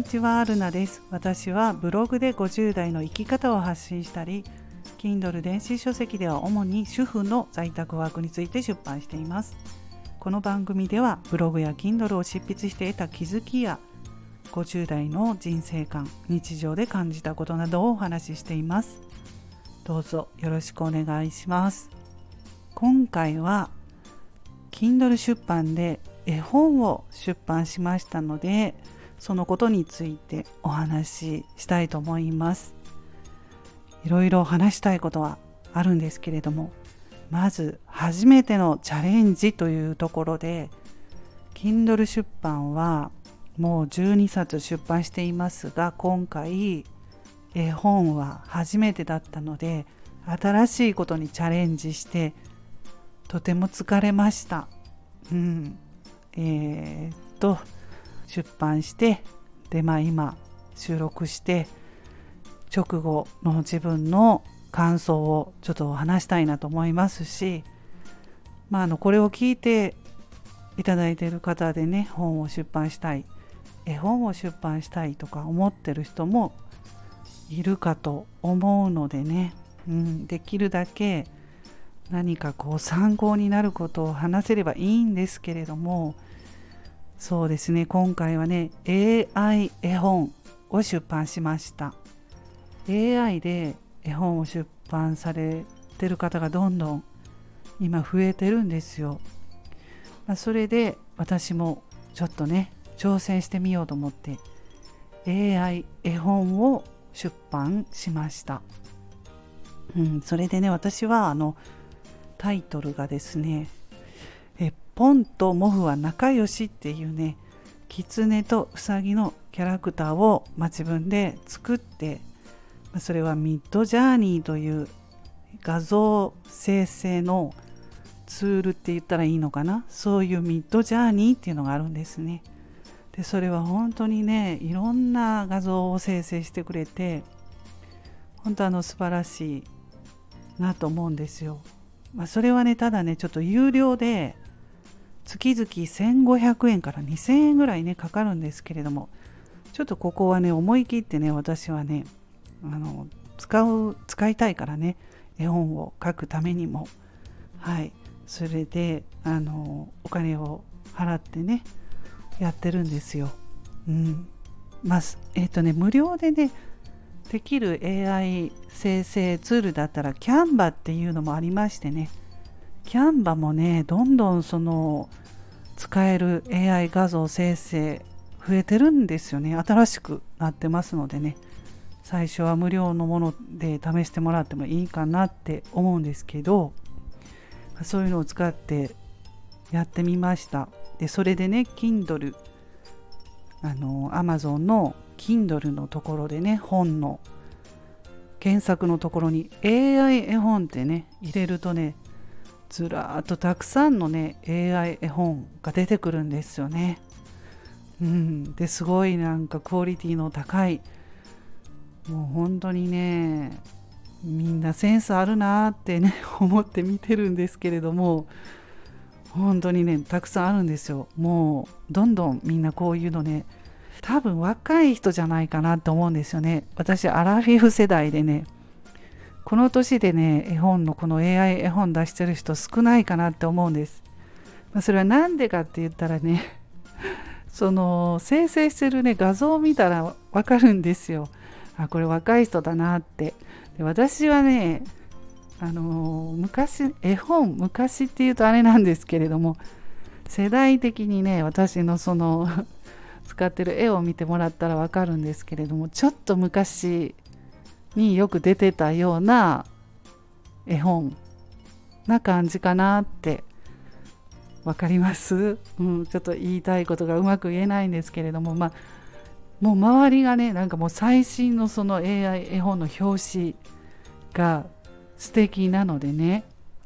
ちは、アルナです。私はブログで50代の生き方を発信したり、Kindle 電子書籍では主に主婦の在宅ワークについて出版しています。この番組ではブログや Kindle を執筆して得た気づきや50代の人生観、日常で感じたことなどをお話ししています。どうぞよろしくお願いします。今回は Kindle 出版で絵本を出版しましたので、そのことについてお話ししたいと思います。いろいろ話したいことはあるんですけれども、まず初めてのチャレンジというところで Kindle 出版はもう12冊出版していますが、今回絵本は初めてだったので新しいことにチャレンジしてとても疲れました。出版してで今収録して直後の自分の感想をちょっと話したいなと思いますし、これを聞いていただいている方でね、本を出版したい、絵本を出版したいとか思ってる人もいるかと思うのでね、できるだけ何か参考になることを話せればいいんですけれども、そうですね、今回はね AI 絵本を出版しました。 AI で絵本を出版されてる方がどんどん今増えてるんですよ。それで私もちょっとね挑戦してみようと思って AI 絵本を出版しました。それでね、私はタイトルがですね、ポンとモフは仲良しっていうね、キツネとウサギのキャラクターを自分で作って、それはミッドジャーニーという画像生成のツールって言ったらいいのかな、そういうミッドジャーニーっていうのがあるんですね。でそれは本当にね、いろんな画像を生成してくれて、本当素晴らしいなと思うんですよ。それはね、ただね、ちょっと有料で月々1500円から2000円ぐらいねかかるんですけれども、ちょっとここはね思い切ってね、私はね使いたいからね、絵本を書くためにも、それでお金を払ってねやってるんですよ。無料でねできる AI 生成ツールだったらキャンバっていうのもありましてね、キャンバもねどんどん使える AI 画像生成増えてるんですよね。新しくなってますのでね、最初は無料のもので試してもらってもいいかなって思うんですけど、そういうのを使ってやってみました。でそれでね Kindle Amazon の Kindle のところでね、本の検索のところに AI 絵本ってね入れるとね、ずらーっとたくさんのね AI 絵本が出てくるんですよね。ですごいクオリティの高い、もう本当にねみんなセンスあるなってね思って見てるんですけれども、本当にねたくさんあるんですよ。もうどんどんみんなこういうのね、多分若い人じゃないかなと思うんですよね。私アラフィフ世代でね、この年でね絵本のこの AI 絵本出してる人少ないかなって思うんです。それはなんでかって言ったらね生成してるね画像を見たらわかるんですよ。これ若い人だなって。で私はね昔っていうとあれなんですけれども、世代的にね私の使ってる絵を見てもらったらわかるんですけれども、ちょっと昔によく出てたような絵本な感じかなって。わかります？ちょっと言いたいことがうまく言えないんですけれども、もう周りがねもう最新のAI 絵本の表紙が素敵なのでね、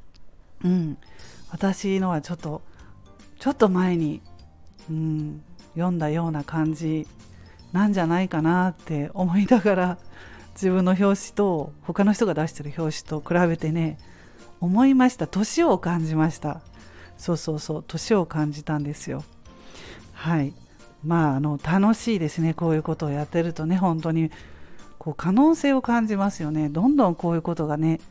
私のはちょっと前に、読んだような感じなんじゃないかなって思いながら、自分の表紙と他の人が出してる表紙と比べてね思いました。年を感じました。そう年を感じたんですよ。 楽しいですね。こういうことをやってるとね、本当にこう可能性を感じますよね。どんどんこういうことがね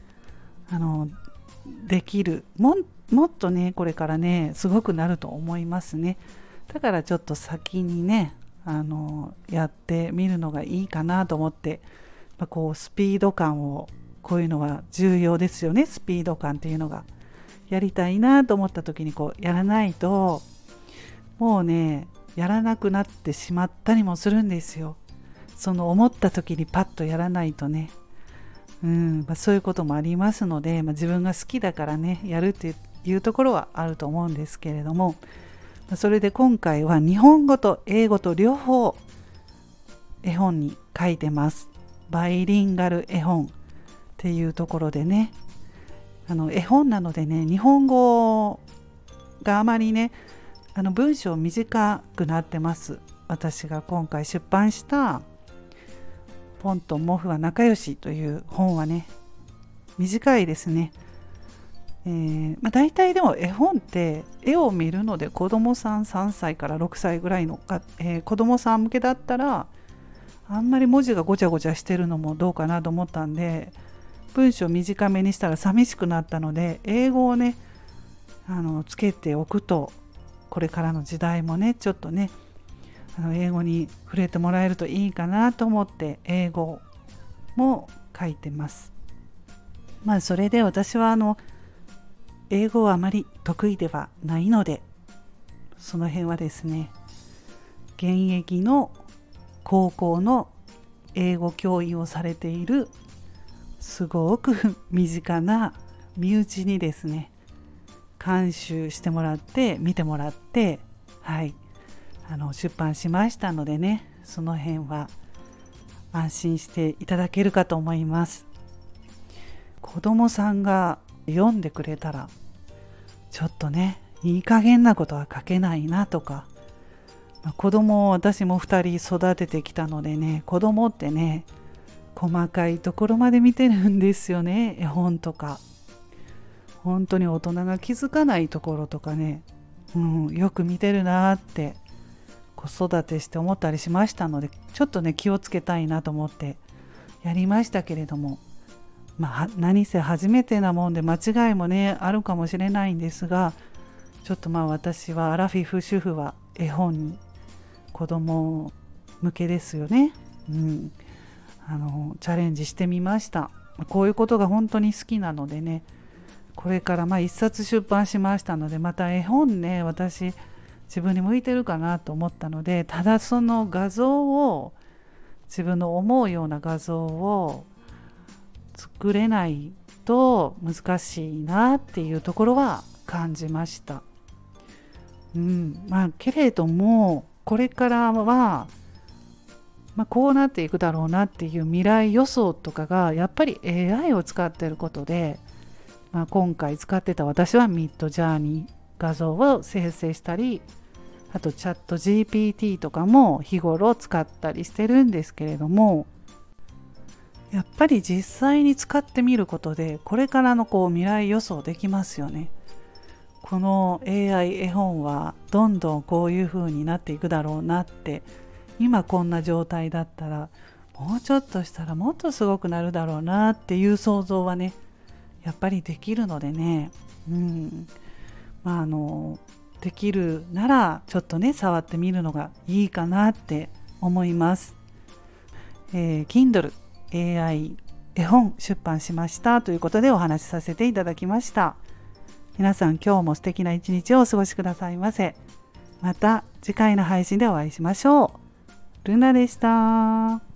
できる、もっとねこれからねすごくなると思いますね。だからちょっと先にねやってみるのがいいかなと思って、こうスピード感を、こういうのは重要ですよね。スピード感っていうのがやりたいなと思った時にこうやらないと、もうねやらなくなってしまったりもするんですよ。その思った時にパッとやらないとね、そういうこともありますので、自分が好きだからねやるっていうところはあると思うんですけれども、それで今回は日本語と英語と両方絵本に書いてます。バイリンガル絵本っていうところでね、絵本なのでね、日本語があまりね文章短くなってます。私が今回出版したポンとモフは仲良しという本はね短いですね。大体でも絵本って絵を見るので子供さん3歳から6歳ぐらいの子供さん向けだったらあんまり文字がごちゃごちゃしてるのもどうかなと思ったんで、文章短めにしたら寂しくなったので、英語をねつけておくと、これからの時代もねちょっとね英語に触れてもらえるといいかなと思って英語も書いてます。それで私は英語はあまり得意ではないので、その辺はですね、現役の高校の英語教員をされているすごく身近な身内にですね監修してもらって見てもらって、出版しましたのでね、その辺は安心していただけるかと思います。子供さんが読んでくれたらちょっとねいい加減なことは書けないなとか、子供を私も2人育ててきたのでね、子供ってね細かいところまで見てるんですよね。絵本とか本当に大人が気づかないところとかね、よく見てるなって子育てして思ったりしましたので、ちょっとね気をつけたいなと思ってやりましたけれども、何せ初めてなもんで間違いもねあるかもしれないんですが、ちょっと私はアラフィフ主婦は絵本に子供向けですよね、チャレンジしてみました。こういうことが本当に好きなのでね、これから一冊出版しましたので、また絵本ね私自分に向いてるかなと思ったので、ただその画像を自分の思うような画像を作れないと難しいなっていうところは感じました。けれどもこれからは、こうなっていくだろうなっていう未来予想とかがやっぱり AI を使っていることで、今回使ってた私はミッドジャーニー画像を生成したり、あとチャット GPT とかも日頃使ったりしてるんですけれども、やっぱり実際に使ってみることでこれからの未来予想できますよね。この AI 絵本はどんどんこういう風になっていくだろうなって、今こんな状態だったらもうちょっとしたらもっとすごくなるだろうなっていう想像はねやっぱりできるのでね、できるならちょっとね触ってみるのがいいかなって思います。Kindle AI 絵本出版しましたということでお話しさせていただきました。皆さん今日も素敵な一日をお過ごしくださいませ。また次回の配信でお会いしましょう。ルナでした。